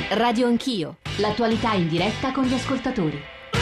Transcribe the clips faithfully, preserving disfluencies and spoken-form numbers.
Radio Anch'io, l'attualità in diretta con gli ascoltatori.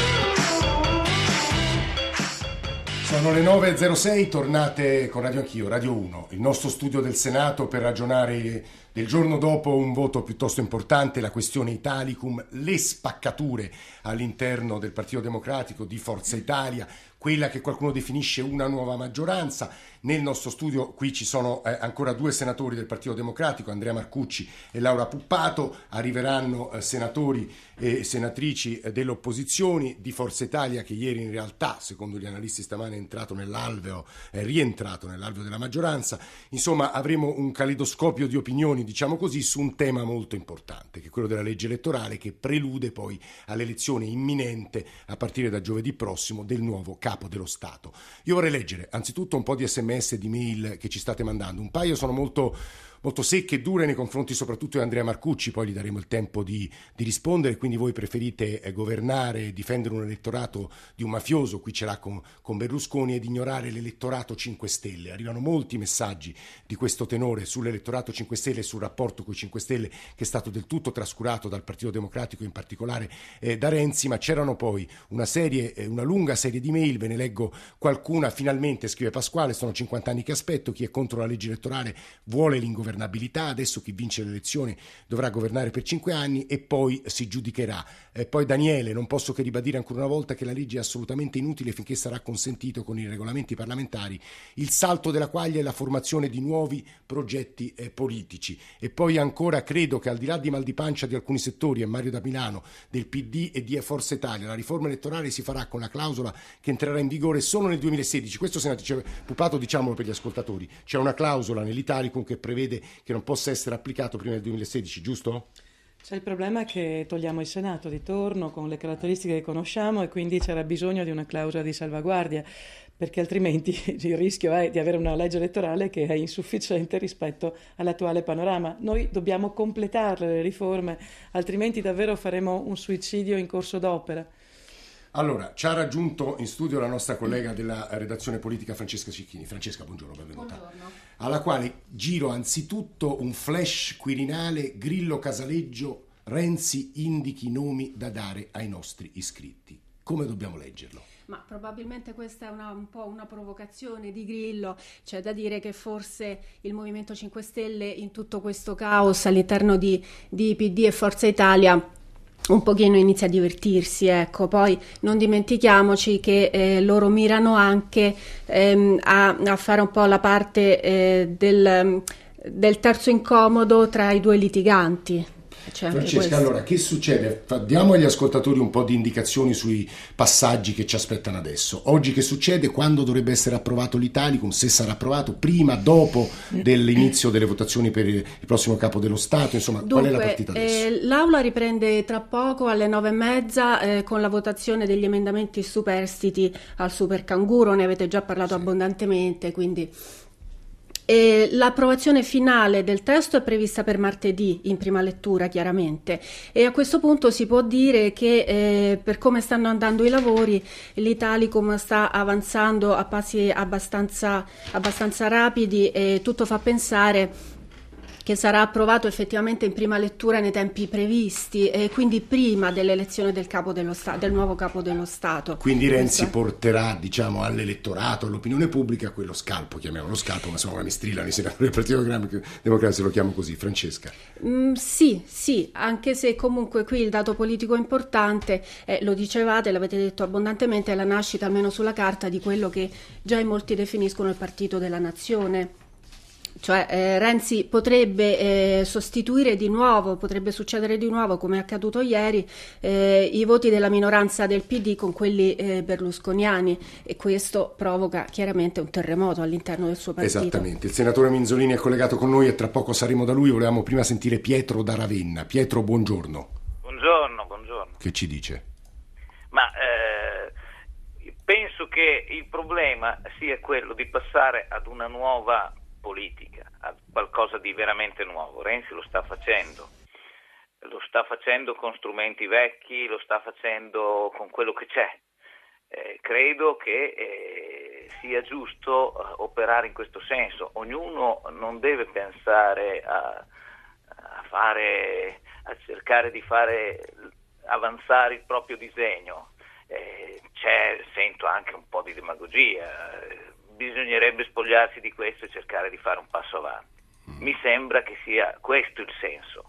Sono le nove e zero sei, tornate con Radio Anch'io, Radio uno, il nostro studio del Senato per ragionare del giorno dopo un voto piuttosto importante, la questione Italicum, le spaccature all'interno del Partito Democratico, di Forza Italia, quella che qualcuno definisce una nuova maggioranza. Nel nostro studio qui ci sono eh, ancora due senatori del Partito Democratico, Andrea Marcucci e Laura Puppato. Arriveranno eh, senatori e senatrici eh, delle opposizioni, di Forza Italia, che ieri in realtà, secondo gli analisti stamane, è entrato nell'alveo, è rientrato nell'alveo della maggioranza. Insomma, avremo un calidoscopio di opinioni, diciamo così, su un tema molto importante, che è quello della legge elettorale, che prelude poi all'elezione imminente, a partire da giovedì prossimo, del nuovo capo dello Stato. Io vorrei leggere anzitutto un po' di sms di mail che ci state mandando. Un paio sono molto molto secche e dure nei confronti soprattutto di Andrea Marcucci, poi gli daremo il tempo di, di rispondere. Quindi voi preferite eh, governare, difendere un elettorato di un mafioso, qui ce l'ha con, con Berlusconi, ed ignorare l'elettorato cinque Stelle. Arrivano molti messaggi di questo tenore sull'elettorato cinque Stelle e sul rapporto con i cinque Stelle, che è stato del tutto trascurato dal Partito Democratico, in particolare eh, da Renzi. Ma c'erano poi una serie, eh, una lunga serie di mail, ve ne leggo qualcuna. Finalmente, scrive Pasquale, sono cinquanta anni che aspetto, chi è contro la legge elettorale vuole l'ingovernabilità. Adesso chi vince le elezioni dovrà governare per cinque anni e poi si giudicherà. Eh, poi Daniele, non posso che ribadire ancora una volta che la legge è assolutamente inutile finché sarà consentito con i regolamenti parlamentari il salto della quaglia e la formazione di nuovi progetti eh, politici. E poi ancora, credo che al di là di mal di pancia di alcuni settori, e Mario da Milano, del P D e di Forza Italia, la riforma elettorale si farà con la clausola che entrerà in vigore solo nel duemilasedici. Questo, senatrice Puppato, diciamolo per gli ascoltatori, c'è una clausola nell'Italicum che prevede che non possa essere applicato prima del duemilasedici, giusto? C'è il problema che togliamo il Senato di torno con le caratteristiche che conosciamo e quindi c'era bisogno di una clausola di salvaguardia, perché altrimenti il rischio è di avere una legge elettorale che è insufficiente rispetto all'attuale panorama. Noi dobbiamo completarle le riforme, altrimenti davvero faremo un suicidio in corso d'opera. Allora, ci ha raggiunto in studio la nostra collega della redazione politica Francesca Cicchini. Francesca, buongiorno, benvenuta. Buongiorno. Alla quale giro anzitutto un flash quirinale: Grillo Casaleggio, Renzi indichi nomi da dare ai nostri iscritti. Come dobbiamo leggerlo? Ma probabilmente questa è una, un po' una provocazione di Grillo. C'è da dire che forse il Movimento cinque Stelle, in tutto questo caos all'interno di, di P D e Forza Italia, un pochino inizia a divertirsi, ecco. Poi non dimentichiamoci che eh, loro mirano anche ehm, a, a fare un po' la parte eh, del, del terzo incomodo tra i due litiganti. C'è Francesca, allora che succede? Diamo agli ascoltatori un po' di indicazioni sui passaggi che ci aspettano adesso. Oggi che succede? Quando dovrebbe essere approvato l'Italicum? Se sarà approvato? Prima, dopo dell'inizio delle votazioni per il prossimo capo dello Stato? Insomma, Dunque, qual è la partita adesso? Eh, L'Aula riprende tra poco alle nove e mezza eh, con la votazione degli emendamenti superstiti al supercanguro. Ne avete già parlato sì. abbondantemente, quindi... E l'approvazione finale del testo è prevista per martedì in prima lettura, chiaramente, e a questo punto si può dire che eh, per come stanno andando i lavori l'Italicum sta avanzando a passi abbastanza, abbastanza rapidi e tutto fa pensare che sarà approvato effettivamente in prima lettura nei tempi previsti e quindi prima dell'elezione del capo dello Stato, del nuovo capo dello Stato. Quindi Renzi porterà, diciamo, all'elettorato, all'opinione pubblica quello scalpo, chiamiamolo scalpo, ma insomma mi strillano i senatori del Partito Democratico, se lo chiamo così. Francesca. Mm, sì, sì, anche se comunque qui il dato politico importante, eh, lo dicevate, l'avete detto abbondantemente, è la nascita, almeno sulla carta, di quello che già in molti definiscono il partito della nazione. Cioè eh, Renzi potrebbe eh, sostituire di nuovo, potrebbe succedere di nuovo, come è accaduto ieri, eh, i voti della minoranza del P D con quelli eh, berlusconiani, e questo provoca chiaramente un terremoto all'interno del suo partito. Esattamente. Il senatore Minzolini è collegato con noi e tra poco saremo da lui. Volevamo prima sentire Pietro da Ravenna. Pietro, buongiorno. Buongiorno, buongiorno. Che ci dice? Ma eh, penso che il problema sia quello di passare ad una nuova politica, a qualcosa di veramente nuovo. Renzi lo sta facendo, lo sta facendo con strumenti vecchi, lo sta facendo con quello che c'è. Eh, credo che eh, sia giusto eh, operare in questo senso. Ognuno non deve pensare a, a fare a cercare di fare avanzare il proprio disegno. Eh, c'è, sento anche un po' di demagogia, eh, bisognerebbe spogliarsi di questo e cercare di fare un passo avanti. Mi sembra che sia questo il senso.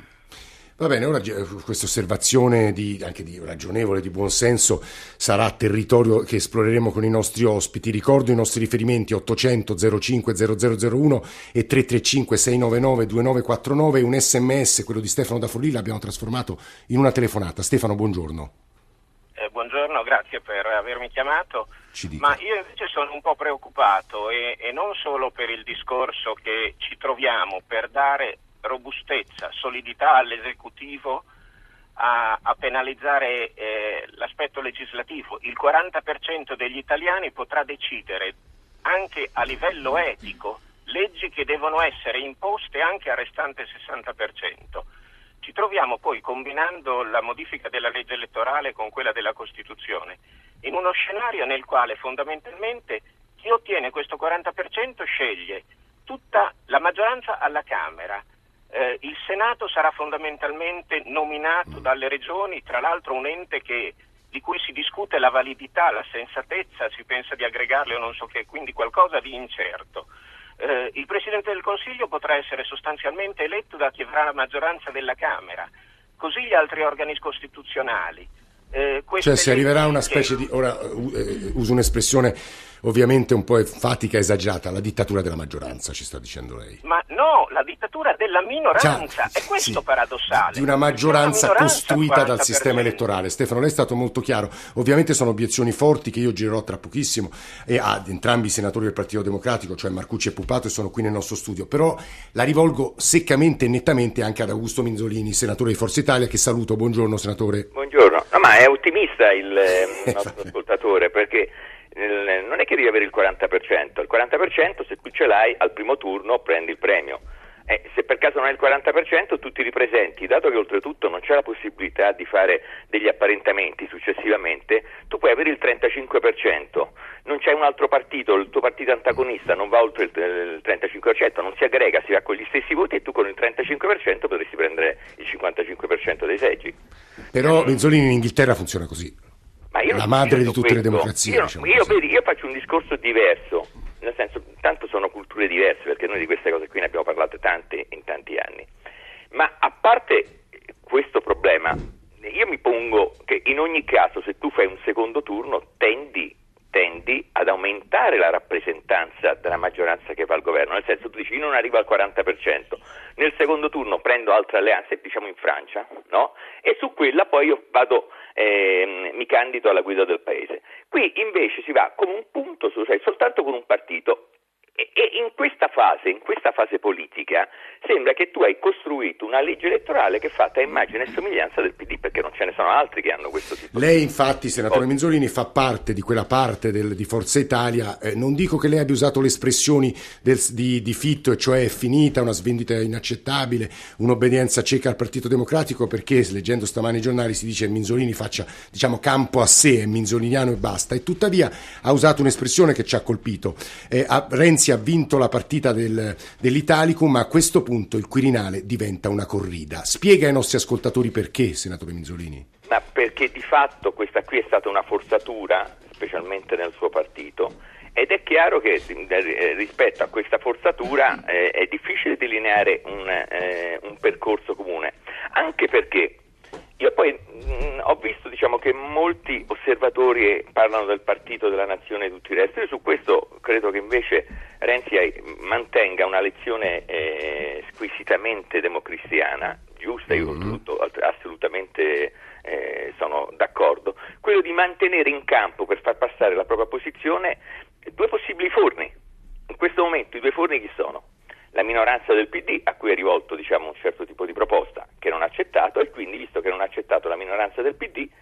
Va bene, ora questa osservazione di, anche di ragionevole, di buon senso, sarà territorio che esploreremo con i nostri ospiti. Ricordo i nostri riferimenti: ottocento zero cinque zero zero zero uno e tre tre cinque sei nove nove due nove quattro nove. Un sms, quello di Stefano da Forlì, l'abbiamo trasformato in una telefonata. Stefano, buongiorno. Eh, buongiorno, grazie per avermi chiamato. Ma io invece sono un po' preoccupato e, e non solo per il discorso che ci troviamo per dare robustezza, solidità all'esecutivo a, a penalizzare eh, l'aspetto legislativo. Il quaranta per cento degli italiani potrà decidere anche a livello etico leggi che devono essere imposte anche al restante sessanta per cento. Ci troviamo poi, combinando la modifica della legge elettorale con quella della Costituzione, in uno scenario nel quale fondamentalmente chi ottiene questo quaranta per cento sceglie tutta la maggioranza alla Camera. Eh, il Senato sarà fondamentalmente nominato dalle regioni, tra l'altro un ente che, di cui si discute la validità, la sensatezza, si pensa di aggregarle o non so che, quindi qualcosa di incerto. Eh, il Presidente del Consiglio potrà essere sostanzialmente eletto da chi avrà la maggioranza della Camera, così gli altri organi costituzionali. Eh, cioè si arriverà a una specie di, ora uh, uso un'espressione ovviamente un po' enfatica, esagerata, la dittatura della maggioranza, ci sta dicendo lei. Ma no, la dittatura della minoranza, cioè, è questo sì, paradossale. Di una maggioranza, una minoranza costruita dal sistema elettorale. Stefano, lei è stato molto chiaro. Ovviamente sono obiezioni forti che io girerò tra pochissimo e ad entrambi i senatori del Partito Democratico, cioè Marcucci e Pupato, e sono qui nel nostro studio. Però la rivolgo seccamente e nettamente anche ad Augusto Minzolini, senatore di Forza Italia, che saluto. Buongiorno, senatore. Buongiorno. No, ma è ottimista il eh, nostro ascoltatore, perché non è che devi avere il quaranta per cento, il quaranta per cento se tu ce l'hai al primo turno prendi il premio, eh, se per caso non hai il quaranta per cento tu ti ripresenti, dato che oltretutto non c'è la possibilità di fare degli apparentamenti successivamente, tu puoi avere il trentacinque per cento, non c'è un altro partito, il tuo partito antagonista non va oltre il, il trentacinque per cento, non si aggrega, si va con gli stessi voti e tu con il trentacinque per cento potresti prendere il cinquantacinque per cento dei seggi. Però Minzolini, in Inghilterra funziona così. Ma io la madre di tutte questo. le democrazie. Io, diciamo io, vedi, io faccio un discorso diverso, nel senso, tanto sono culture diverse, perché noi di queste cose qui ne abbiamo parlate tante in tanti anni. Ma a parte questo problema, io mi pongo che in ogni caso, se tu fai un secondo turno, tendi, tendi ad aumentare la rappresentanza della maggioranza che va al governo, nel senso, tu dici, io non arrivo al quaranta per cento, nel secondo turno prendo altre alleanze, diciamo in Francia, no? E su quella poi io vado... Eh, mi candido alla guida del paese. Qui invece si va con un punto, cioè soltanto con un partito, e, e in questa fase, in questa fase politica, sembra che tu hai costruito una legge elettorale che è fatta a immagine e somiglianza del P D, perché non ce ne sono altri che hanno questo tipo. Lei infatti, senatore Minzolini, fa parte di quella parte del, di Forza Italia, eh, non dico che lei abbia usato le espressioni del, di, di Fitto, e cioè è finita, una svendita inaccettabile, un'obbedienza cieca al Partito Democratico, perché leggendo stamani i giornali si dice che Minzolini faccia, diciamo, campo a sé, è minzoliniano e basta, e tuttavia ha usato un'espressione che ci ha colpito. Eh, a, Renzi ha vinto la partita del, dell'Italicum, ma a questo punto il Quirinale diventa una corrida. Spiega ai nostri ascoltatori perché, senatore Minzolini? Ma perché di fatto questa qui è stata una forzatura, specialmente nel suo partito, ed è chiaro che eh, rispetto a questa forzatura eh, è difficile delineare un, eh, un percorso comune, anche perché io poi mh, ho visto, diciamo, che molti osservatori parlano del partito della nazione e tutti i resti. Io su questo credo che invece Renzi mantenga una lezione eh, squisitamente democristiana, giusta, io mm-hmm. tutto, assolutamente eh, sono d'accordo, quello di mantenere in campo per far passare la propria posizione due possibili forni. In questo momento i due forni chi sono? La minoranza del P D, a cui è rivolto, diciamo, un certo tipo di proposta che non ha accettato, e quindi, visto che non ha accettato la minoranza del P D,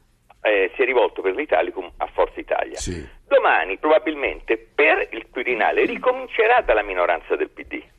eh, si è rivolto per l'Italicum a Forza Italia. Sì. Domani probabilmente per il Quirinale ricomincerà dalla minoranza del P D.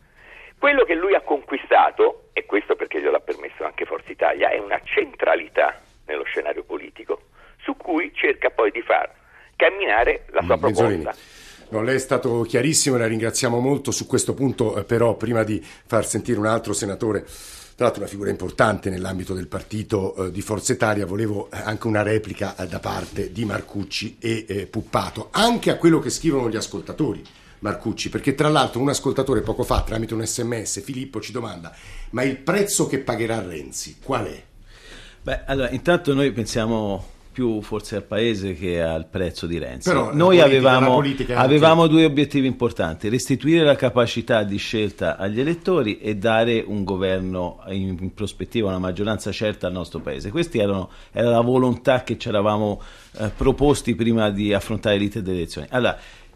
Quello che lui ha conquistato, e questo perché glielo ha permesso anche Forza Italia, è una centralità nello scenario politico, su cui cerca poi di far camminare la sua Minzolini. proposta. No, lei è stato chiarissimo e la ringraziamo molto su questo punto, eh, però prima di far sentire un altro senatore tra l'altro una figura importante nell'ambito del partito eh, di Forza Italia. Volevo anche una replica eh, da parte di Marcucci e eh, Puppato, anche a quello che scrivono gli ascoltatori. Marcucci, perché tra l'altro un ascoltatore poco fa tramite un sms, Filippo, ci domanda: ma il prezzo che pagherà Renzi qual è? Beh, allora intanto noi pensiamo più forse al paese che al prezzo di Renzi. Però noi politica, avevamo, anche... avevamo due obiettivi importanti: restituire la capacità di scelta agli elettori e dare un governo in, in prospettiva, una maggioranza certa al nostro paese. Questa era la volontà che ci eravamo eh, proposti prima di affrontare l'iter delle elezioni. Allora,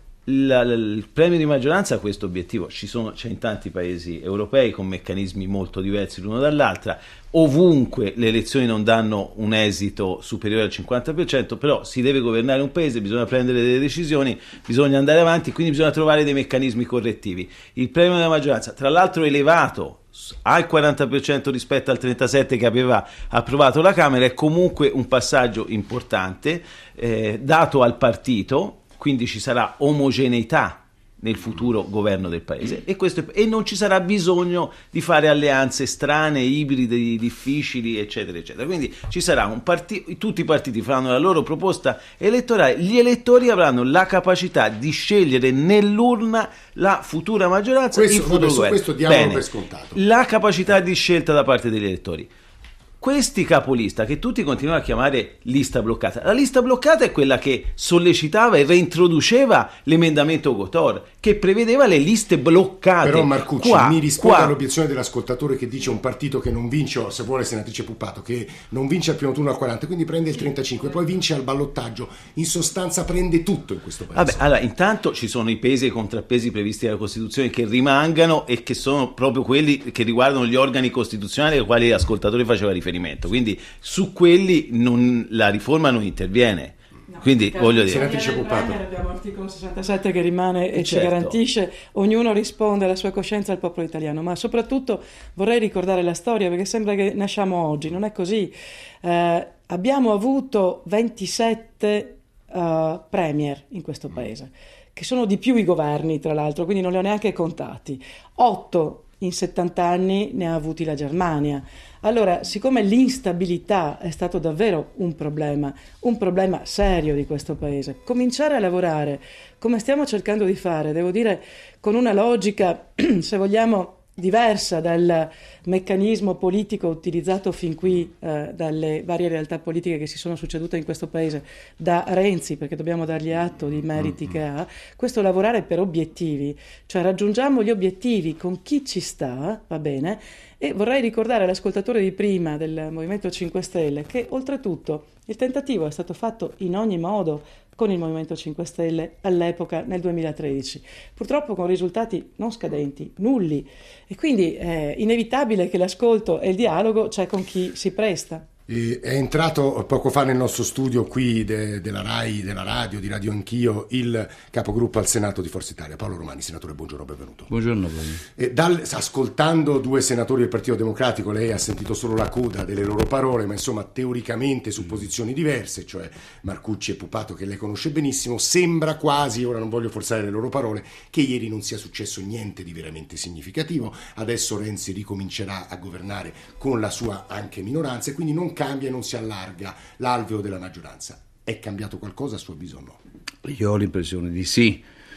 La, la, il premio di maggioranza ha questo obiettivo, ci sono, c'è in tanti paesi europei con meccanismi molto diversi l'uno dall'altra, ovunque le elezioni non danno un esito superiore al cinquanta per cento, però si deve governare un paese, bisogna prendere delle decisioni, bisogna andare avanti, quindi bisogna trovare dei meccanismi correttivi. Il premio della maggioranza, tra l'altro elevato al quaranta per cento rispetto al trentasette per cento che aveva approvato la Camera, è comunque un passaggio importante eh, dato al partito. Quindi ci sarà omogeneità nel futuro governo del paese e, questo è, e non ci sarà bisogno di fare alleanze strane, ibride, difficili, eccetera, eccetera. Quindi ci sarà un partito, tutti i partiti faranno la loro proposta elettorale, gli elettori avranno la capacità di scegliere nell'urna la futura maggioranza, questo, il futuro vabbè, governo. Questo diamo Bene, per scontato. La capacità di scelta da parte degli elettori. Questi capolista, che tutti continuano a chiamare lista bloccata, la lista bloccata è quella che sollecitava e reintroduceva l'emendamento Gotor, che prevedeva le liste bloccate. Però Marcucci qua, mi risponde qua. all'obiezione dell'ascoltatore che dice un partito che non vince, o se vuole senatrice Puppato, che non vince al primo turno al quaranta, quindi prende il trentacinque, poi vince al ballottaggio, in sostanza prende tutto in questo paese. Vabbè, allora intanto ci sono i pesi e i contrappesi previsti dalla Costituzione che rimangano e che sono proprio quelli che riguardano gli organi costituzionali ai quali l'ascoltatore faceva riferimento. Quindi su quelli non, la riforma non interviene. No, quindi voglio dire, senatrice Puppato, abbiamo l'articolo sessantasette che rimane e certo. ci garantisce, ognuno risponde alla sua coscienza al popolo italiano, ma soprattutto vorrei ricordare la storia, perché sembra che nasciamo oggi, non è così. Eh, abbiamo avuto ventisette uh, premier in questo paese, che sono di più i governi, tra l'altro, quindi non li ho neanche contati. otto in settanta anni ne ha avuti la Germania. Allora, siccome l'instabilità è stato davvero un problema, un problema serio di questo paese, cominciare a lavorare come stiamo cercando di fare, devo dire, con una logica, se vogliamo, diversa dal meccanismo politico utilizzato fin qui eh, dalle varie realtà politiche che si sono succedute in questo paese, da Renzi, perché dobbiamo dargli atto di meriti che ha, questo lavorare per obiettivi, cioè raggiungiamo gli obiettivi con chi ci sta, va bene, e vorrei ricordare all'ascoltatore di prima del Movimento cinque Stelle che oltretutto il tentativo è stato fatto in ogni modo con il Movimento cinque Stelle all'epoca nel duemilatredici, purtroppo con risultati non scadenti, nulli, e quindi è inevitabile che l'ascolto e il dialogo c'è con chi si presta. E è entrato poco fa nel nostro studio qui de, della RAI, della radio, di Radio Anch'io, il capogruppo al Senato di Forza Italia, Paolo Romani. Senatore, buongiorno, benvenuto. Buongiorno a voi. E dal, ascoltando due senatori del Partito Democratico, lei ha sentito solo la coda delle loro parole, ma insomma teoricamente su posizioni diverse, cioè Marcucci e Puppato, che lei conosce benissimo, sembra quasi, ora non voglio forzare le loro parole, che ieri non sia successo niente di veramente significativo. Adesso Renzi ricomincerà a governare con la sua anche minoranza e quindi non cambia e non si allarga l'alveo della maggioranza. È cambiato qualcosa a suo avviso o no? Io ho l'impressione di sì.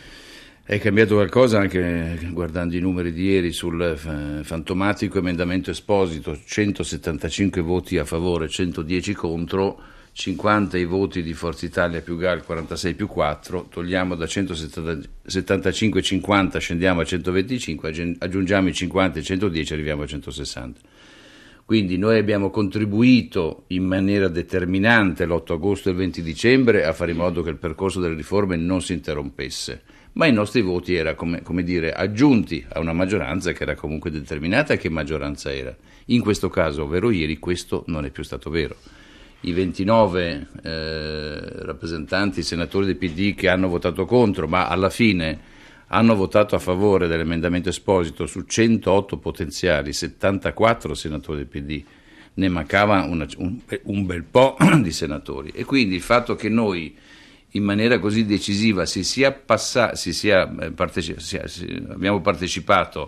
È cambiato qualcosa anche guardando i numeri di ieri sul fantomatico emendamento Esposito: centosettantacinque voti a favore, centodieci contro, cinquanta i voti di Forza Italia più G A L, quarantasei più quattro, togliamo da centosettantacinque cinquanta, scendiamo a centoventicinque, aggiungiamo i cinquanta e centodieci, arriviamo a centosessanta. Quindi noi abbiamo contribuito in maniera determinante l'otto agosto e il venti dicembre a fare in modo che il percorso delle riforme non si interrompesse, ma i nostri voti erano, come, come dire, aggiunti a una maggioranza che era comunque determinata. E che maggioranza era? In questo caso, ovvero ieri, questo non è più stato vero. I ventinove eh, rappresentanti, senatori del P D che hanno votato contro, ma alla fine hanno votato a favore dell'emendamento Esposito su centootto potenziali, settantaquattro senatori del P D, ne mancava una, un, un bel po' di senatori. E quindi il fatto che noi in maniera così decisiva si sia passa, si sia, parteci- sia si, abbiamo partecipato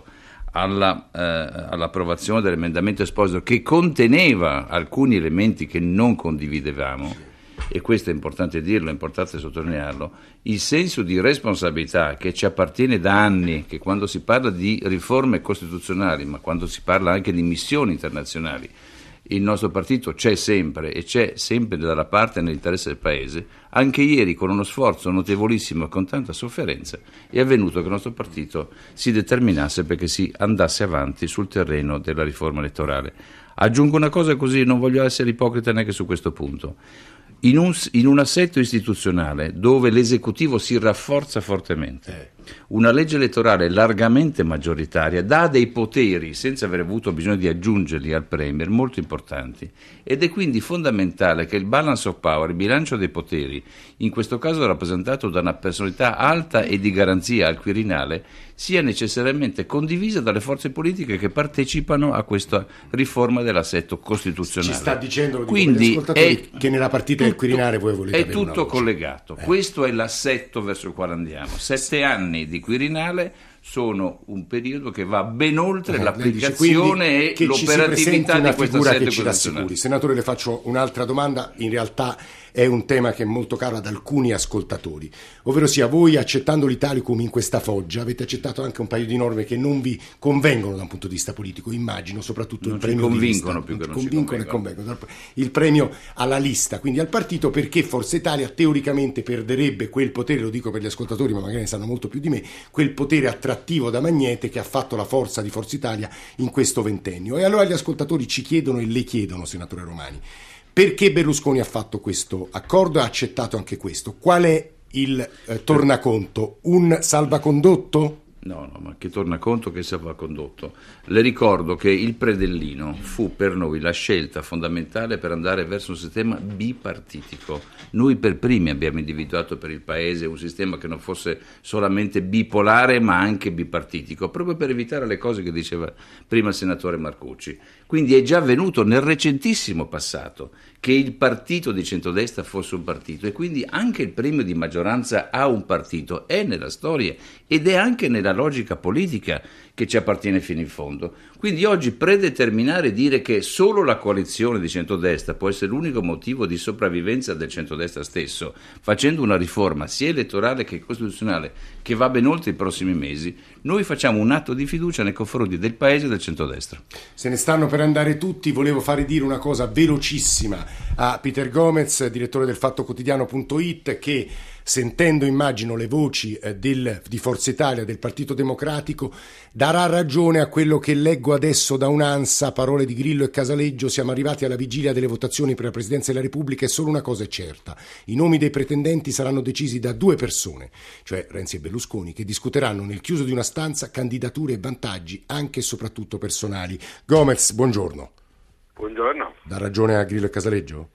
alla, eh, all'approvazione dell'emendamento Esposito, che conteneva alcuni elementi che non condividevamo, e questo è importante dirlo, è importante sottolinearlo, il senso di responsabilità che ci appartiene da anni, che quando si parla di riforme costituzionali, ma quando si parla anche di missioni internazionali, il nostro partito c'è sempre e c'è sempre dalla parte nell'interesse del Paese. Anche ieri, con uno sforzo notevolissimo e con tanta sofferenza, è avvenuto che il nostro partito si determinasse perché si andasse avanti sul terreno della riforma elettorale. Aggiungo una cosa, così non voglio essere ipocrita neanche su questo punto. In un, in un assetto istituzionale dove l'esecutivo si rafforza fortemente, una legge elettorale largamente maggioritaria dà dei poteri, senza aver avuto bisogno di aggiungerli al Premier, molto importanti, ed è quindi fondamentale che il balance of power, il bilancio dei poteri, in questo caso rappresentato da una personalità alta e di garanzia al Quirinale, sia necessariamente condivisa dalle forze politiche che partecipano a questa riforma dell'assetto costituzionale. Ci sta dicendo quindi è, che nella partita del Quirinale voi volete è avere tutto una voce. collegato. Eh. Questo è l'assetto verso il quale andiamo. Sette anni di Quirinale sono un periodo che va ben oltre eh, l'applicazione e l'operatività di questo assetto che ci rassicuri. Senatore, le faccio un'altra domanda, in realtà è un tema che è molto caro ad alcuni ascoltatori, ovvero sia, voi accettando l'Italicum in questa foggia avete accettato anche un paio di norme che non vi convengono da un punto di vista politico, immagino, soprattutto non il premio convincono di lista, più che non convincono ci convengono. e convengono, il premio alla lista, quindi al partito, perché Forza Italia teoricamente perderebbe quel potere, lo dico per gli ascoltatori ma magari ne sanno molto più di me, quel potere attrattivo da magnete che ha fatto la forza di Forza Italia in questo ventennio. E allora gli ascoltatori ci chiedono e le chiedono, senatore Romani, perché Berlusconi ha fatto questo accordo e ha accettato anche questo? Qual è il eh, tornaconto? Un salvacondotto? No, no, ma che tornaconto, che salvacondotto. Le ricordo che il predellino fu per noi la scelta fondamentale per andare verso un sistema bipartitico. Noi per primi abbiamo individuato per il Paese un sistema che non fosse solamente bipolare ma anche bipartitico, proprio per evitare le cose che diceva prima il senatore Marcucci. Quindi è già avvenuto nel recentissimo passato che il partito di centrodestra fosse un partito, e quindi anche il premio di maggioranza a un partito è nella storia ed è anche nella logica politica che ci appartiene fino in fondo. Quindi oggi predeterminare e dire che solo la coalizione di centrodestra può essere l'unico motivo di sopravvivenza del centrodestra stesso, facendo una riforma sia elettorale che costituzionale che va ben oltre i prossimi mesi, noi facciamo un atto di fiducia nei confronti del Paese e del centrodestra. Se ne stanno per andare tutti, volevo fare dire una cosa velocissima a Peter Gomez, direttore del Fatto Quotidiano punto it, che sentendo, immagino, le voci eh, del, di Forza Italia, del Partito Democratico, darà ragione a quello che leggo adesso da un'ANSA, parole di Grillo e Casaleggio: siamo arrivati alla vigilia delle votazioni per la Presidenza della Repubblica e solo una cosa è certa: i nomi dei pretendenti saranno decisi da due persone, cioè Renzi e Berlusconi, che discuteranno nel chiuso di una stanza candidature e vantaggi anche e soprattutto personali. Gomez, buongiorno. Buongiorno. Dà ragione a Grillo e Casaleggio?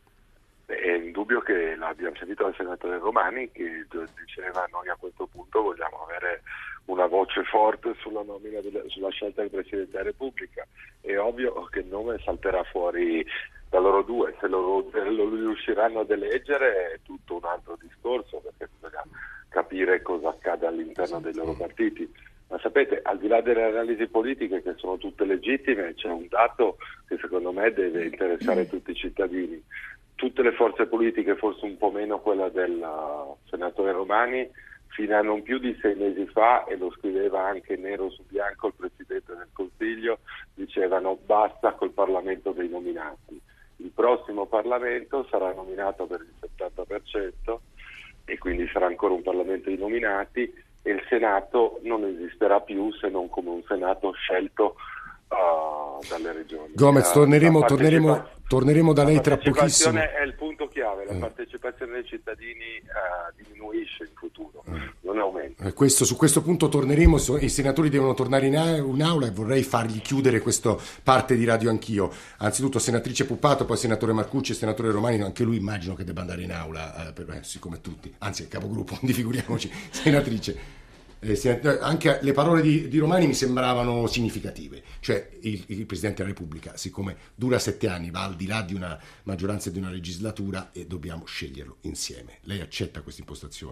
È indubbio che l'abbiamo sentito dal senatore Romani, che diceva: noi a questo punto vogliamo avere una voce forte sulla nomina delle, sulla scelta del Presidente della Repubblica. È ovvio che il nome salterà fuori da loro due, se lo, lo riusciranno ad eleggere è tutto un altro discorso, perché bisogna capire cosa accade all'interno dei loro partiti. Ma sapete, al di là delle analisi politiche, che sono tutte legittime, c'è un dato che secondo me deve interessare tutti i cittadini. Tutte le forze politiche, forse un po' meno quella del uh, senatore Romani, fino a non più di sei mesi fa, e lo scriveva anche nero su bianco il Presidente del Consiglio, dicevano basta col Parlamento dei nominati. Il prossimo Parlamento sarà nominato per il settanta per cento e quindi sarà ancora un Parlamento di nominati, e il Senato non esisterà più se non come un Senato scelto uh, dalle regioni. Gomez, la, torneremo, la torneremo, torneremo da lei tra pochissimo. La partecipazione è il punto chiave, la partecipazione dei cittadini uh, diminuisce in futuro, mm. non aumenta. Eh, questo, su questo punto torneremo, so, i senatori devono tornare in, a, in aula e vorrei fargli chiudere questa parte di radio anch'io. Anzitutto senatrice Puppato, poi senatore Marcucci e senatore Romani, anche lui immagino che debba andare in aula, eh, per, eh, siccome tutti, anzi è capogruppo, non figuriamoci. Senatrice. Eh, anche le parole di, di Romani mi sembravano significative, cioè il, il Presidente della Repubblica, siccome dura sette anni, va al di là di una maggioranza e di una legislatura e dobbiamo sceglierlo insieme. Lei accetta questa impostazione?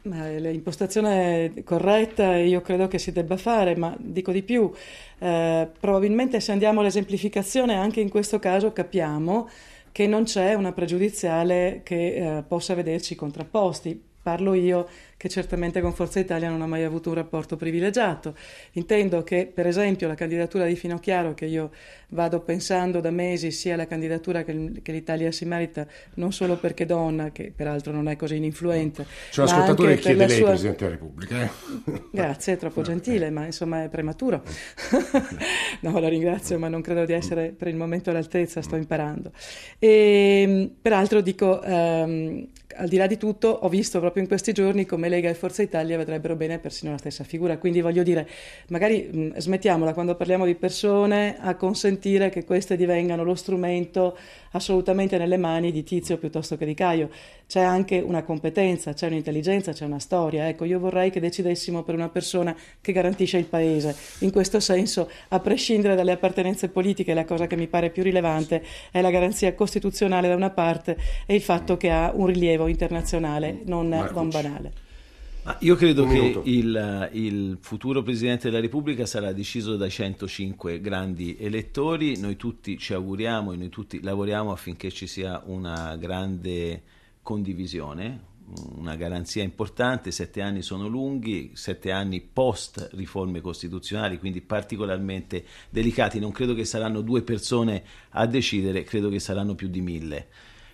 Ma l'impostazione è corretta e io credo che si debba fare, ma dico di più, eh, probabilmente se andiamo all'esemplificazione anche in questo caso capiamo che non c'è una pregiudiziale che eh, possa vederci contrapposti. Parlo io che certamente con Forza Italia non ha mai avuto un rapporto privilegiato. Intendo che, per esempio, la candidatura di Finocchiaro, che io vado pensando da mesi, sia la candidatura che, che l'Italia si merita, non solo perché donna, che peraltro non è così ininfluente. C'è un ascoltatore che chiede lei, sua... Presidente della Repubblica. Eh? Grazie, è troppo no, gentile, eh. ma insomma è prematuro. No, la ringrazio, ma non credo di essere per il momento all'altezza, sto imparando. E, peraltro dico... Um, al di là di tutto, ho visto proprio in questi giorni come Lega e Forza Italia vedrebbero bene persino la stessa figura, quindi voglio dire, magari mh, smettiamola quando parliamo di persone a consentire che queste divengano lo strumento assolutamente nelle mani di Tizio piuttosto che di Caio. C'è anche una competenza, c'è un'intelligenza, c'è una storia. Ecco, io vorrei che decidessimo per una persona che garantisce il paese. In questo senso, a prescindere dalle appartenenze politiche, la cosa che mi pare più rilevante è la garanzia costituzionale da una parte e il fatto che ha un rilievo internazionale, non, non banale. Ma io credo che il, il futuro Presidente della Repubblica sarà deciso dai centocinque grandi elettori. Noi tutti ci auguriamo e noi tutti lavoriamo affinché ci sia una grande condivisione, una garanzia importante. Sette anni sono lunghi, sette anni post riforme costituzionali, quindi particolarmente delicati. Non credo che saranno due persone a decidere, credo che saranno più di mille.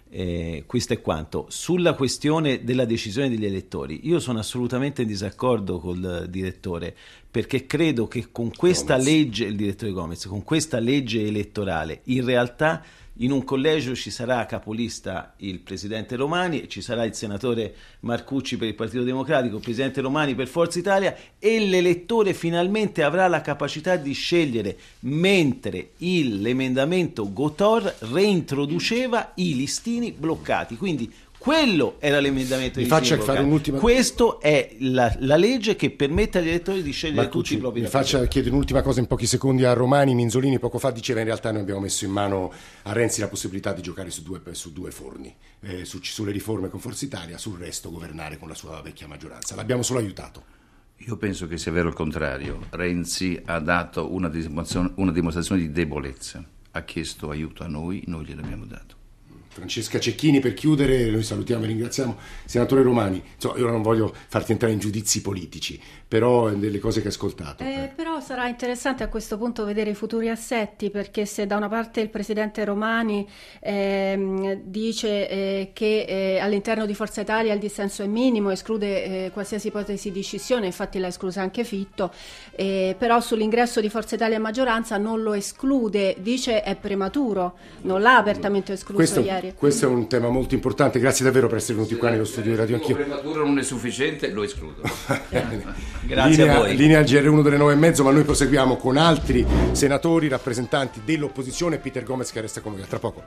Eh, questo è quanto. Sulla questione della decisione degli elettori, io sono assolutamente in disaccordo col direttore, perché credo che con questa Gomez. legge, il direttore Gomez, con questa legge elettorale, in realtà in un collegio ci sarà capolista il presidente Romani, ci sarà il senatore Marcucci per il Partito Democratico, il presidente Romani per Forza Italia, e l'elettore finalmente avrà la capacità di scegliere, mentre il, l'emendamento Gotor reintroduceva i listini bloccati. Quindi quello era l'emendamento. Mi faccia fare un'ultima. Questo è la, la legge che permette agli elettori di scegliere Marcucci, tutti i propri. Mi faccia chiedere un'ultima cosa in pochi secondi a Romani. Minzolini poco fa diceva in realtà noi abbiamo messo in mano a Renzi la possibilità di giocare su due, su due forni, eh, su, sulle riforme con Forza Italia, sul resto governare con la sua vecchia maggioranza. L'abbiamo solo aiutato. Io penso che sia vero il contrario. Renzi ha dato una dimostrazione, una dimostrazione di debolezza, ha chiesto aiuto a noi, noi gliel'abbiamo dato. Francesca Cecchini, per chiudere, noi salutiamo e ringraziamo. Senatore Romani, insomma, io non voglio farti entrare in giudizi politici, però delle cose che hai ascoltato. Eh, eh. Però sarà interessante a questo punto vedere i futuri assetti, perché se da una parte il presidente Romani eh, dice eh, che eh, all'interno di Forza Italia il dissenso è minimo, esclude eh, qualsiasi ipotesi di scissione, infatti l'ha esclusa anche Fitto, eh, però sull'ingresso di Forza Italia in maggioranza non lo esclude, dice è prematuro, non l'ha apertamente escluso questo, ieri. Questo è un tema molto importante, grazie davvero per essere venuti qua nello studio di Radio Anch'io. Se il prematuro non è sufficiente, lo escludo. Grazie linea, a voi. Linea al G R uno delle nove e mezzo, ma noi proseguiamo con altri senatori, rappresentanti dell'opposizione. Peter Gomez che resta con noi, a tra poco.